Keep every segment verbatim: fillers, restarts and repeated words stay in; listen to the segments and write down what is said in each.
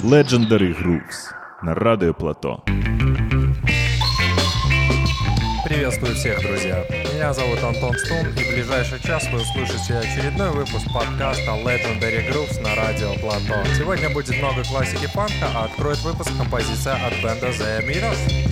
Legendary Grooves на Радио Плато. Приветствую всех, друзья. Меня зовут Антон Стун, и в ближайший час вы услышите очередной выпуск подкаста Legendary Grooves на Радио Плато. Сегодня будет много классики фанка, а откроет выпуск композиция от бенда The Amigos.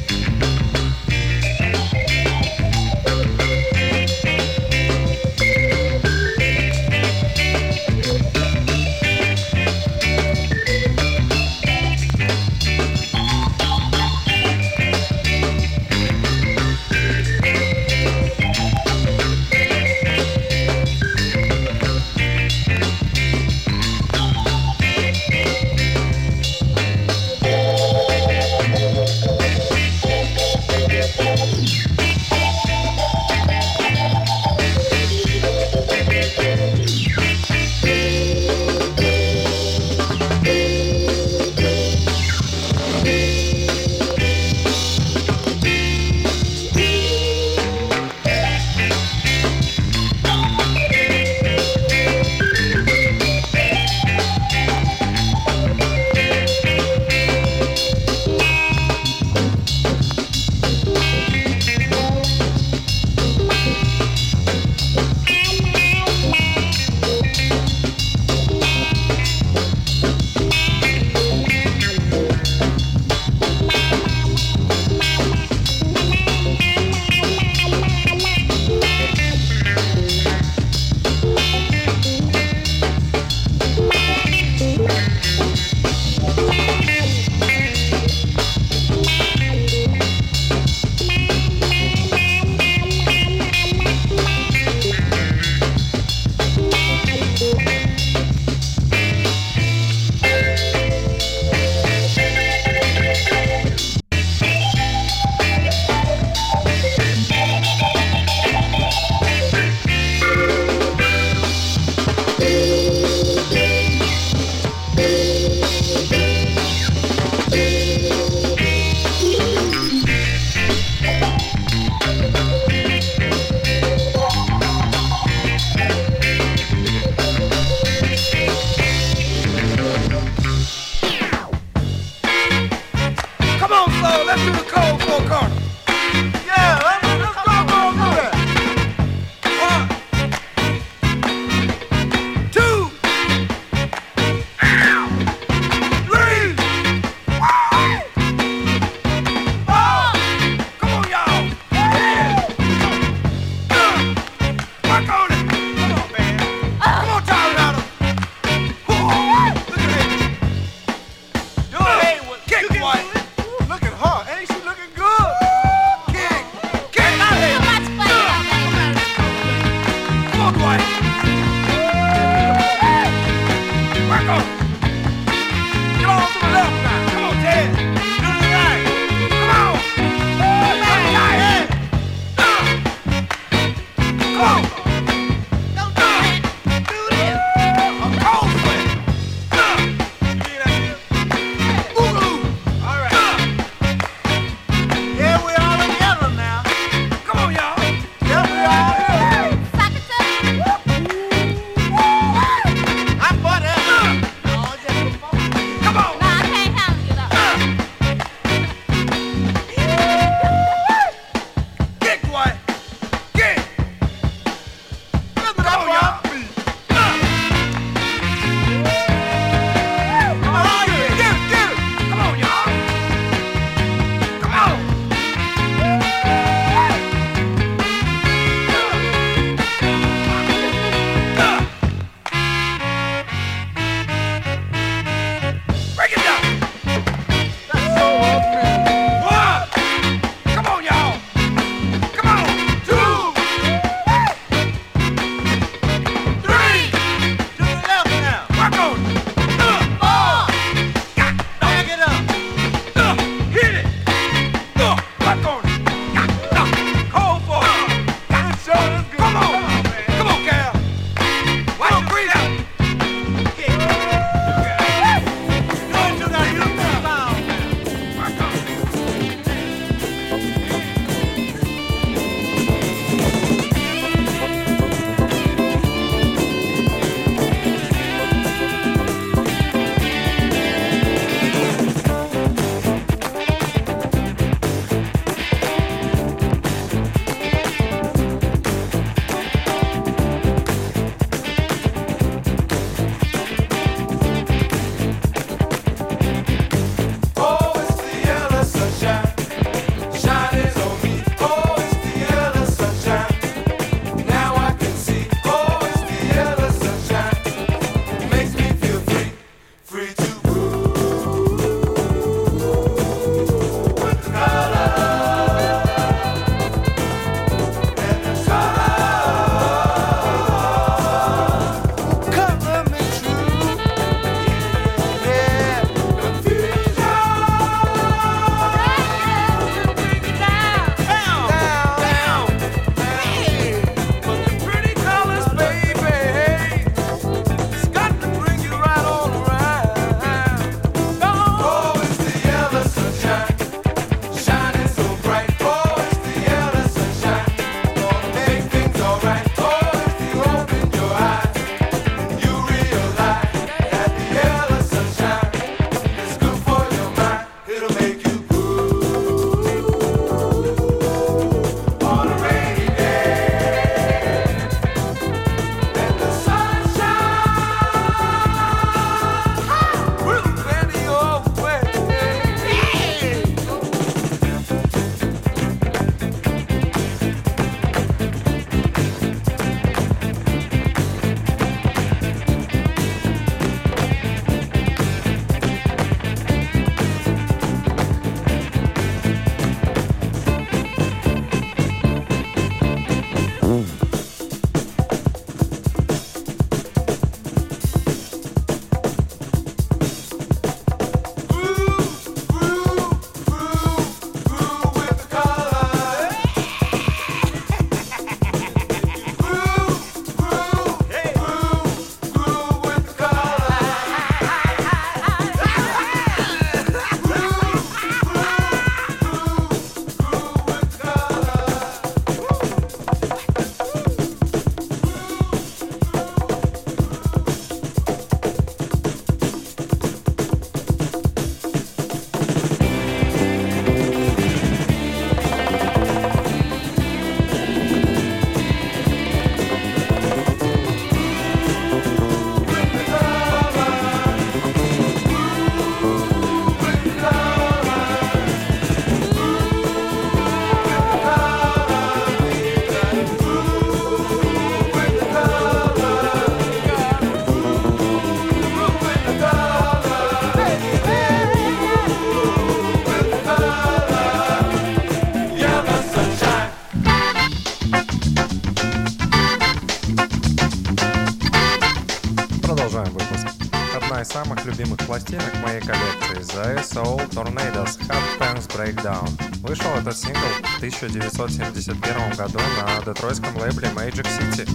пластинок моей коллекции The Soul Tornadoes Hot Pants Breakdown. Вышел этот сингл в тысяча девятьсот семьдесят первом году на детройтском лейбле Magic City.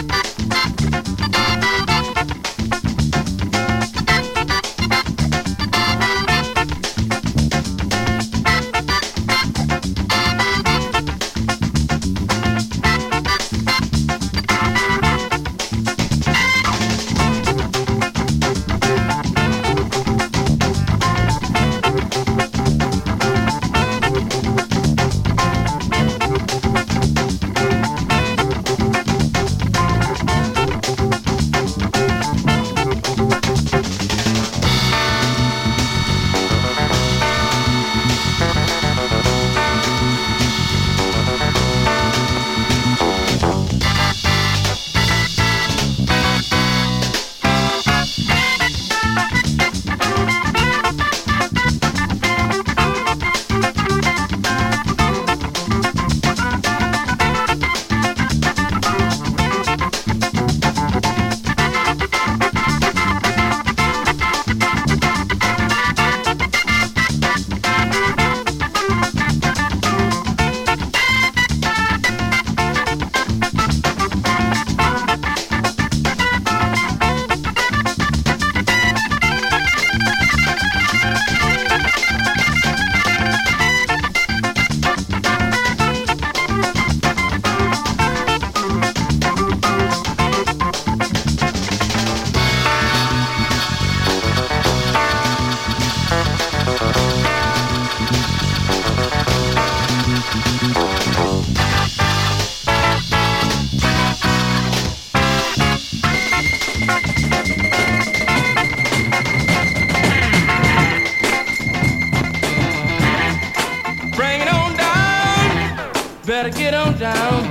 Better get on down.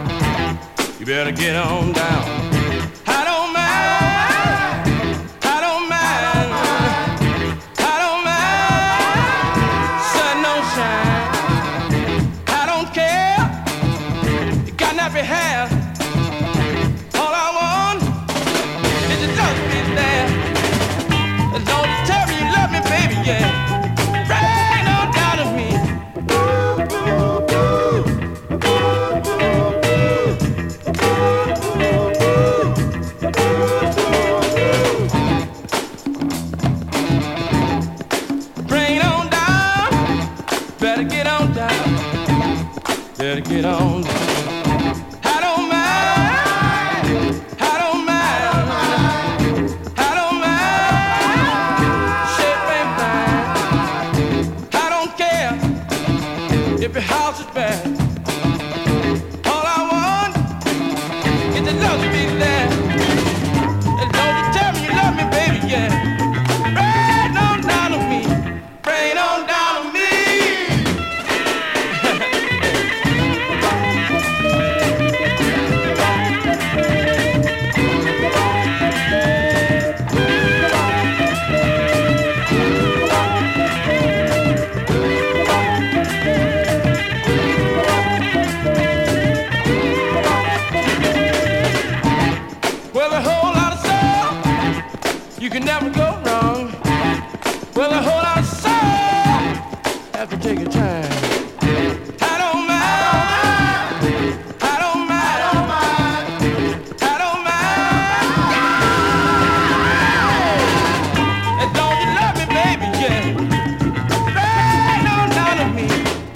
You better get on down. I don't mind. I don't mind. I don't mind. Sun don't shine. I don't care. You got nappy hair. All I want is to just be there. Don't you tell me you love me, baby, yeah. Rain on down to me. Better get on down. I don't mind. I don't mind. I don't mind. Shape ain't fine. I don't care if your house is bad. All I want is to love to be there. And don't you tell me you love me, baby, yeah. Rain on down to me. Rain on down to me. You can never go wrong. Well, a whole lot of soul have to take your time. I don't mind. I don't mind. I don't mind. And don't you love me, baby? Yeah. Rain on down to me.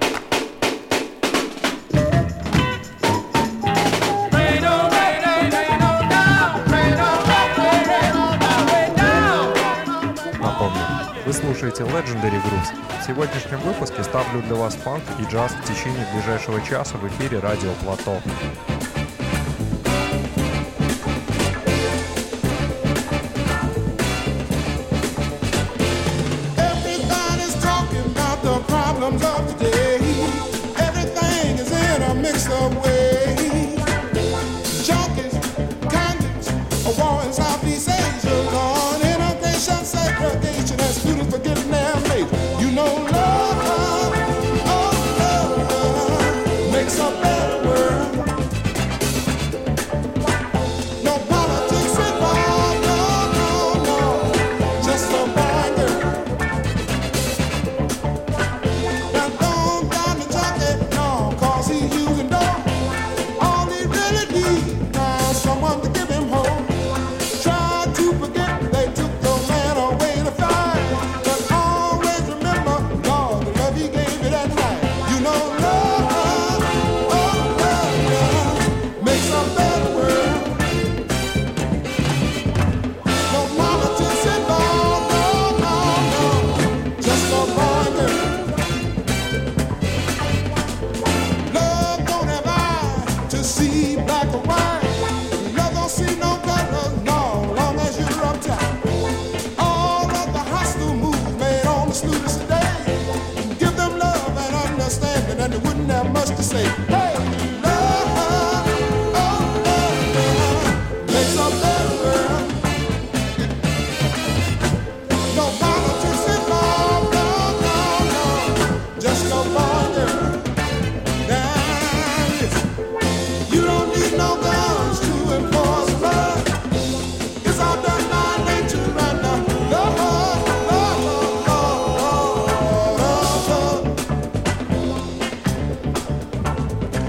Rain on, rain on, rain on down. Rain on, rain, rain on down. Напомню, вы слушаете Legendary Grooves. В сегодняшнем выпуске ставлю для вас фанк и джаз в течение ближайшего часа в эфире Радио Плато. Everybody's talking about the problems of today. Everything is in a mixed-up way. Junkies, convicts, a war in Southeast Asia, Lord, integration, segregation, and students for getting their mates. You know love, oh love, love makes a better world. No politics involved, no, no, no, just a boy and girl. say, hey, love, oh, love, makes a better world. No politics involved, no, no, no, just no boy, girl. Now, listen, you don't need no guns to enforce love. It's all done by nature right now. Love, love, love, love, love.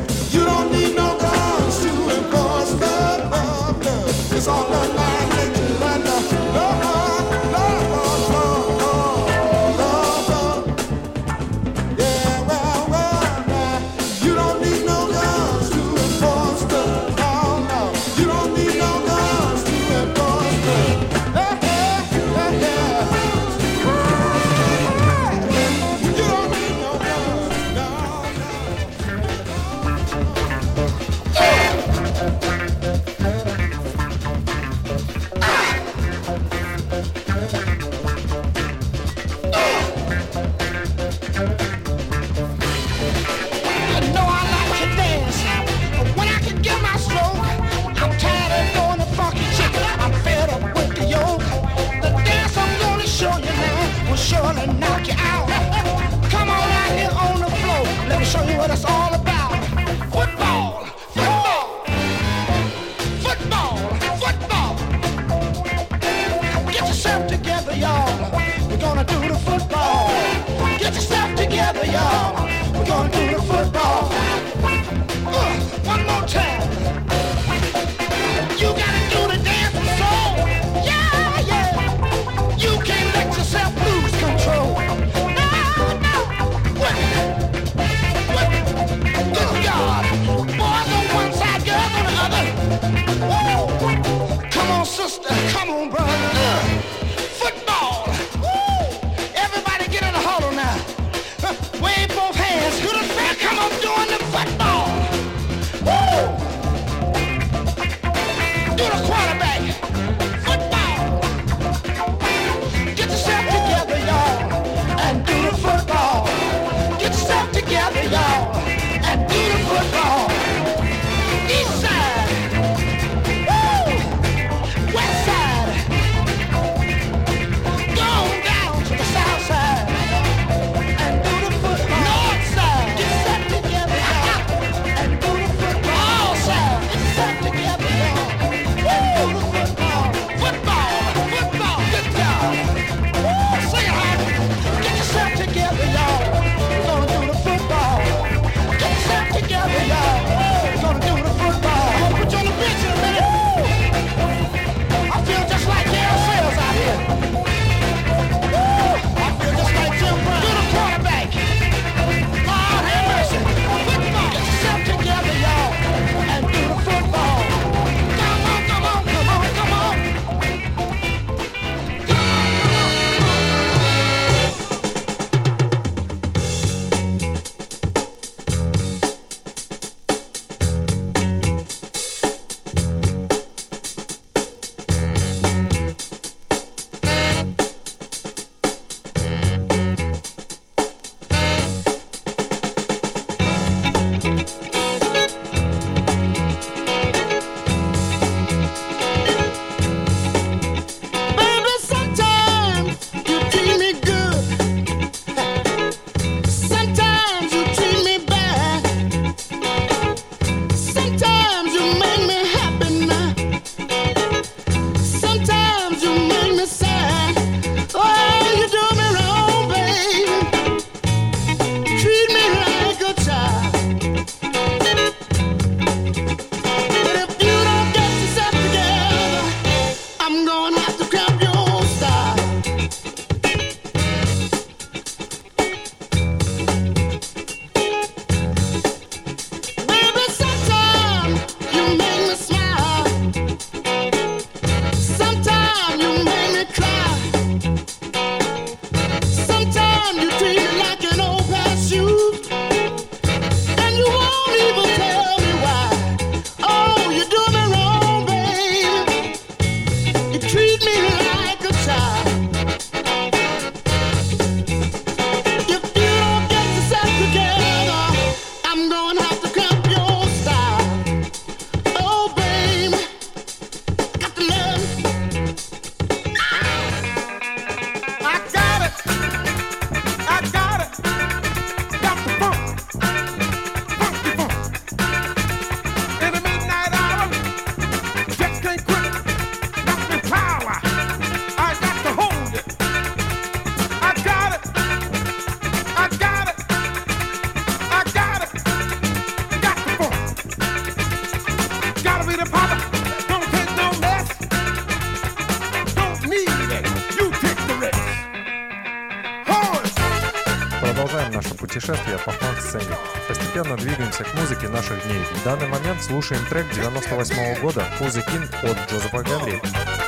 Biggity Papa, don't take no mess. Don't need it, you take the rest. Horns. Продолжаем наше путешествие по фанк-сцене. Постепенно двигаемся к музыке наших дней. В данный момент слушаем трек девяносто восьмого года «Who's the King» от Джозефа Генри.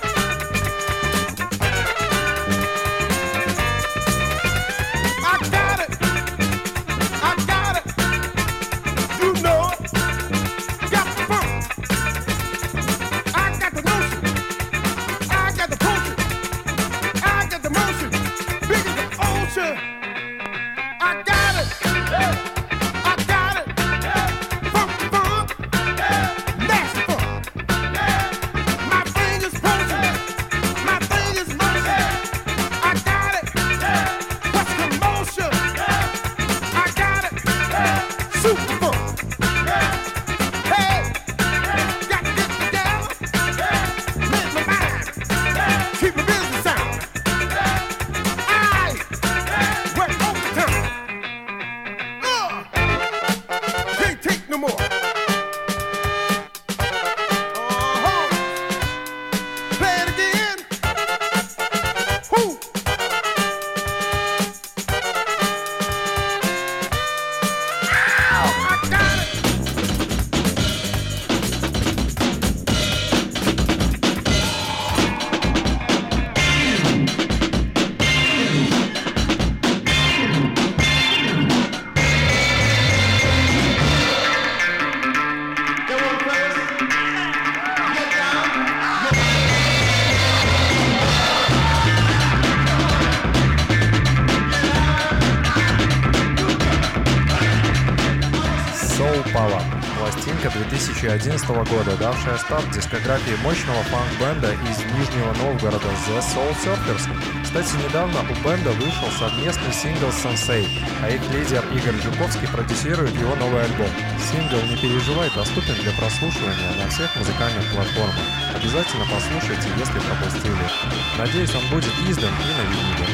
Пластинка две тысячи одиннадцатого года, давшая старт дискографии мощного фанк-бенда из Нижнего Новгорода The Soul Surfers. Кстати, недавно у бенда вышел совместный сингл «Сенсей», а их лидер Игорь Жуковский продюсирует его новый альбом. Сингл «Не переживай» доступен для прослушивания на всех музыкальных платформах. Обязательно послушайте, если пропустили. Надеюсь, он будет издан и на виниле.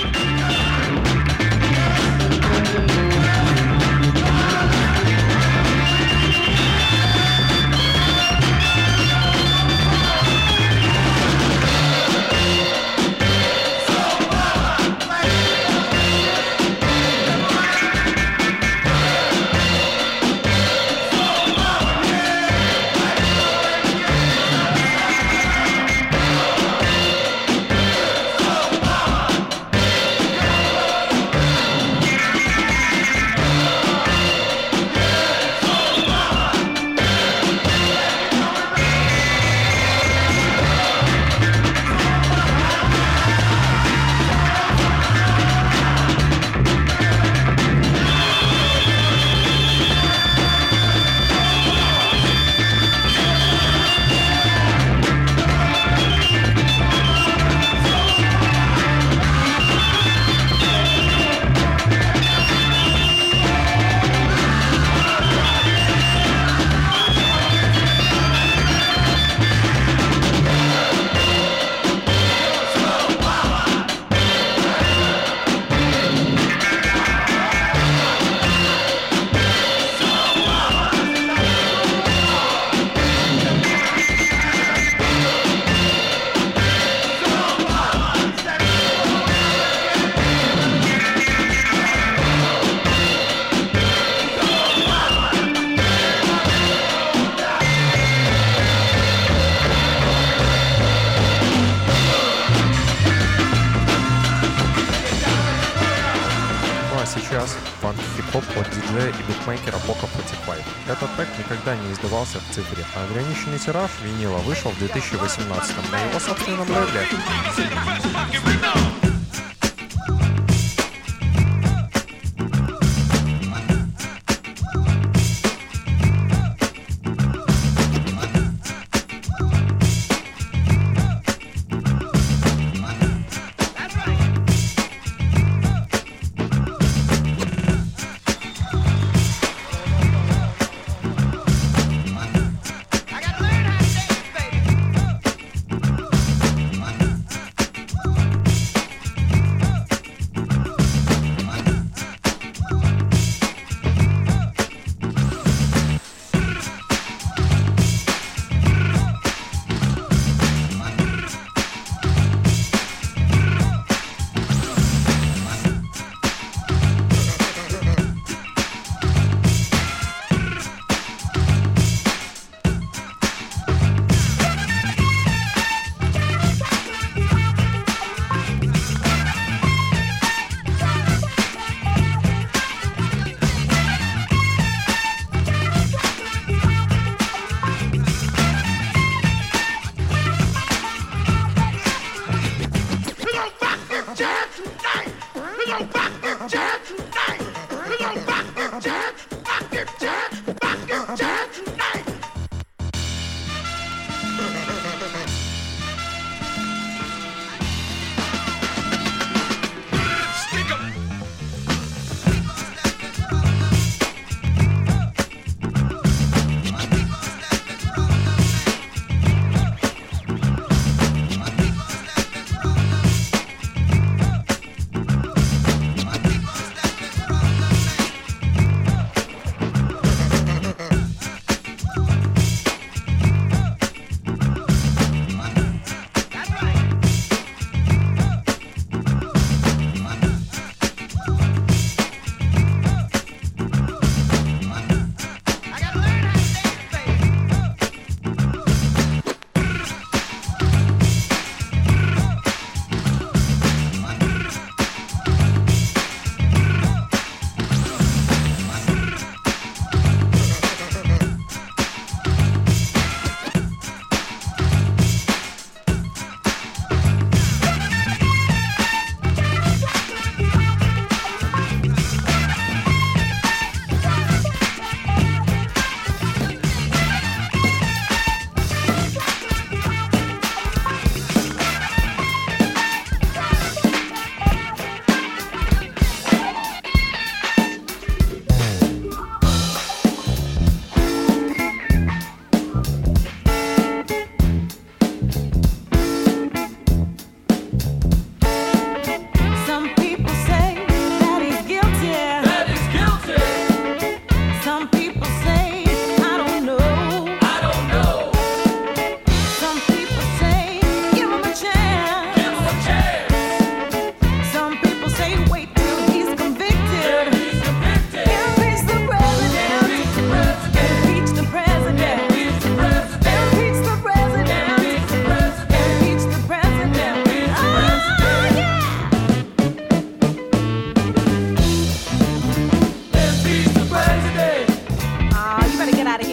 Сейчас фанк-хип-хоп от диджея и битмейкера Пока сорок пять. Этот трек никогда не издавался в цифре, а ограниченный тираж винила вышел в две тысячи восемнадцатом на его собственном лейбле.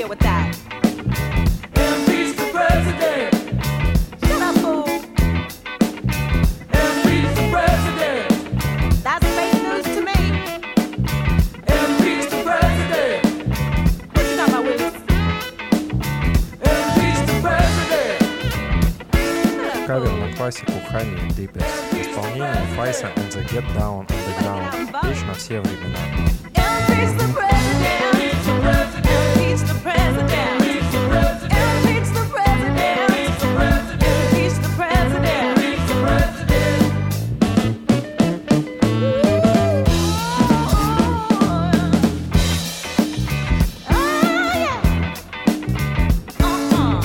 here with that. Impeach the president. Shut up, fool. Impeach the president. That's fake news to me. Impeach the president. What you talking about, Willis? Impeach the president. Кавер на классику Honey and Dippers в исполнении Файса and the Get Down on the Ground. Вещь на все времена. Impeach the president. Impeach the president. Impeach the president. Impeach the president. Impeach the president. Oh, yeah. Uh-huh.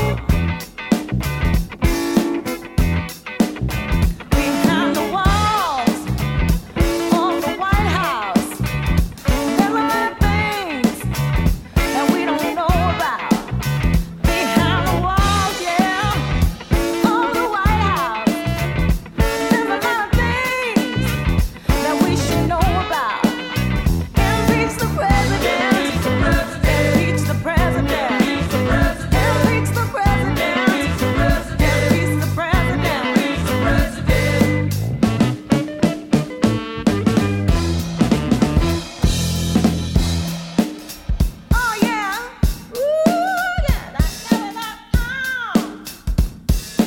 Behind the walls of the White House, there are things that we don't know about. Behind the walls, yeah, of the White House, there's a lot of things that we should know about. Impeach the president. Impeach the president. Impeach the president. Impeach the president. Oh yeah. Ooh yeah. That, that, that, oh.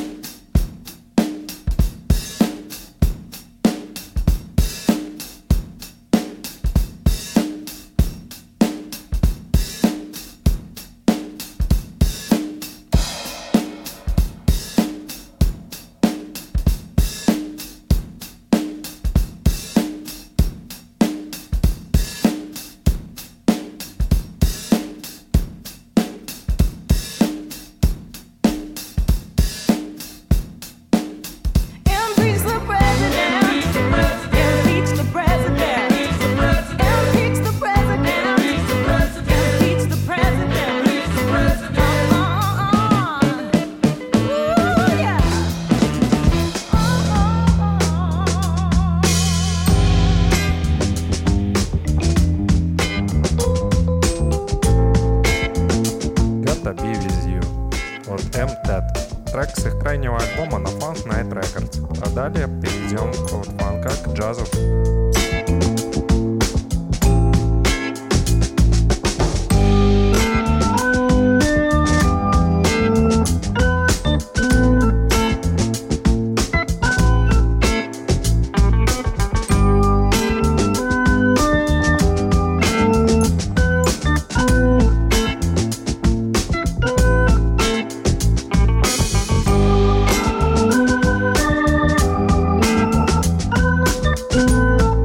Impeach the president. Impeach the president. Impeach the president. Impeach the president. Uh-uh-uh. Ooh, yeah. Gotta Be With You от эм-Тед. Трек с их крайнего альбома на Funk Night Records. А далее перейдем от фанка к джазу. Oh,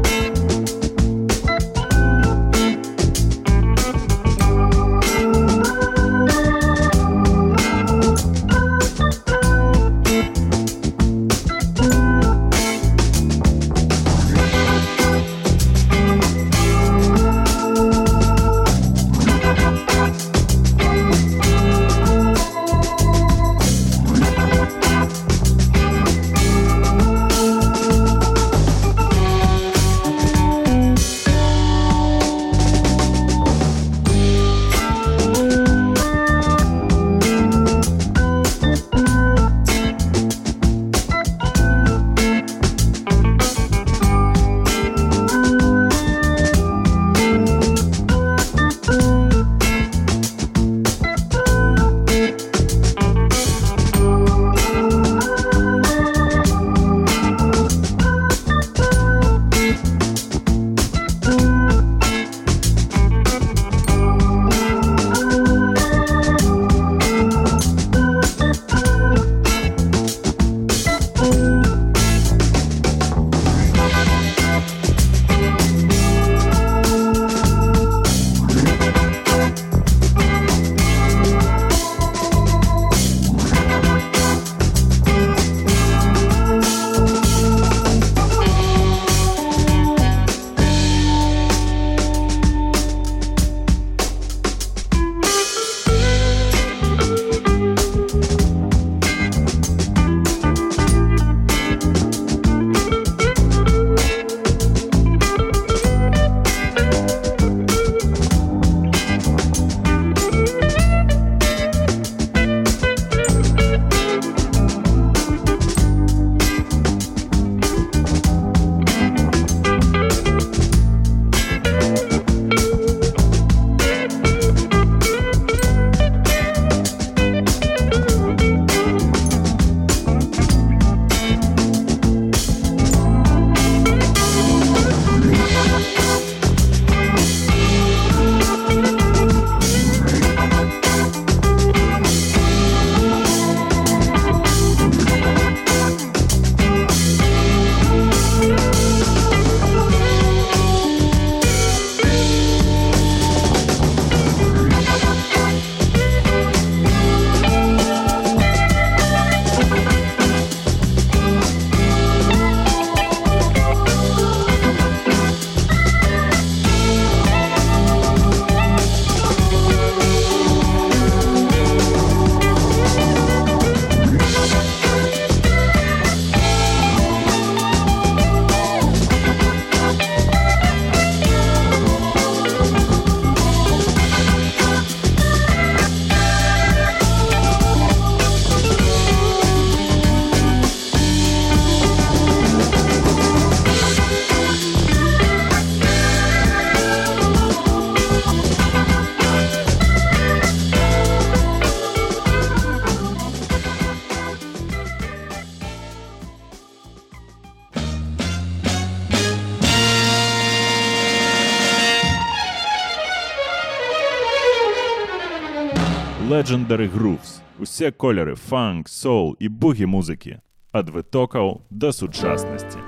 Legendary Grooves. Усе кольори фанк, соул і бугі музики. Ад витокаў да сучаснасці.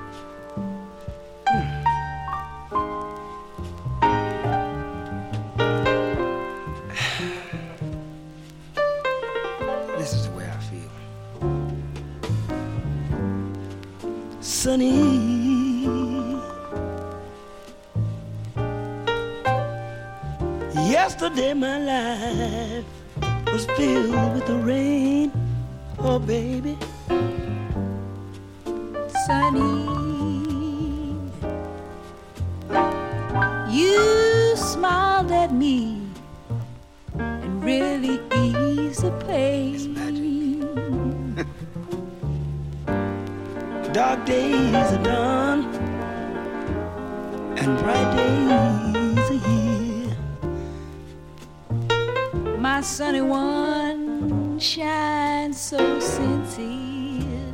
This is the way I feel. Sunny, yesterday my life was filled with the rain. Oh, baby. Sunny, you smiled at me and really eased the pain. Dark days are done and bright days are here. My sunny one shines so sincere.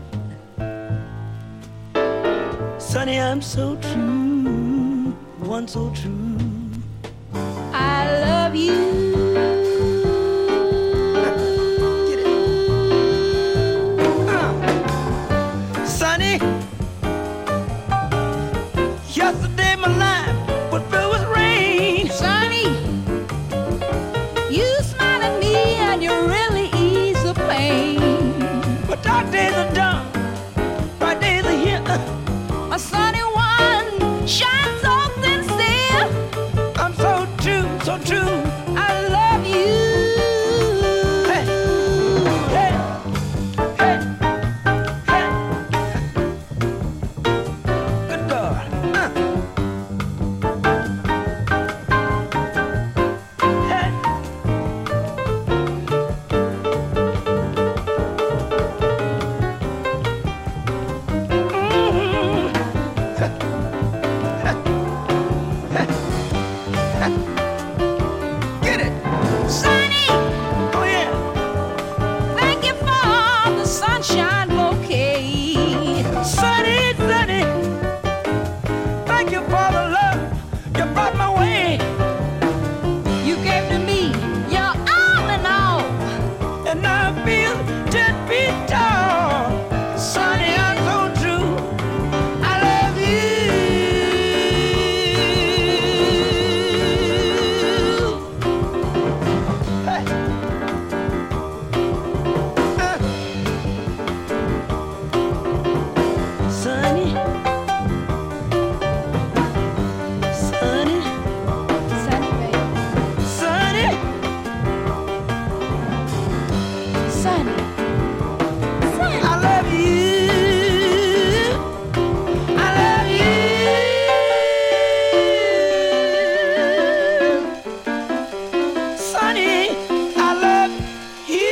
Sunny, I'm so true, one so true. I love you. Get it. Uh. Sunny, yesterday my life was filled with rain. Sunny, you smile at me and you really ease the pain. But dark days are done, bright days are here. A sunny one shines so sincere. I'm so true, so true. I love you. Hey, hey, hey, hey. Good God. Uh. Hey. Get it. Sunny, Oh yeah. thank you for the sunshine bouquet. Sunny, sunny. Thank you for the love you brought my way. You gave to me your all in all. And now I feel ten feet tall. Sunny, I'm so true. I love you. Hey. Uh. Sunny, sunny, Sunny, baby. sunny. Sunny. Sunny. I love you. I love you. Sunny, I love you.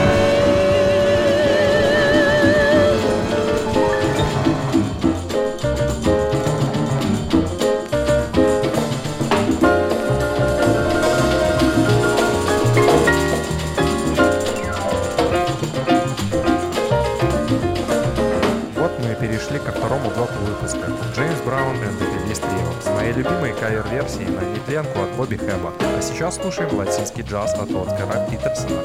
Вот мы и перешли ко второму блоку выпуска. Джеймс Браун and the Phillies Trio с моей любимой кавер-версией на нетленку от Бобби Хэба. А сейчас слушаем латинский джаз от Оскара Питерсона.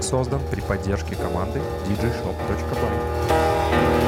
создан при поддержке команды ди джей шоп точка бай.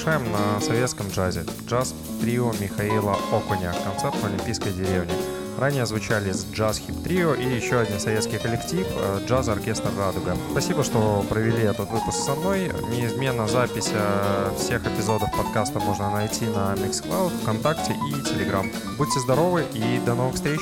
завершаем на советском джазе. Джаз-трио Михаила Окуня. Концерт в Олимпийской деревне. Ранее звучали джаз-хип-трио и еще один советский коллектив джаз-оркестр «Радуга». Спасибо, что провели этот выпуск со мной. Неизменно запись всех эпизодов подкаста можно найти на Mixcloud, ВКонтакте и Telegram. Будьте здоровы и до новых встреч!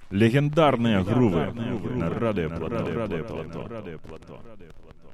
Легендарные грувы на радио Плато.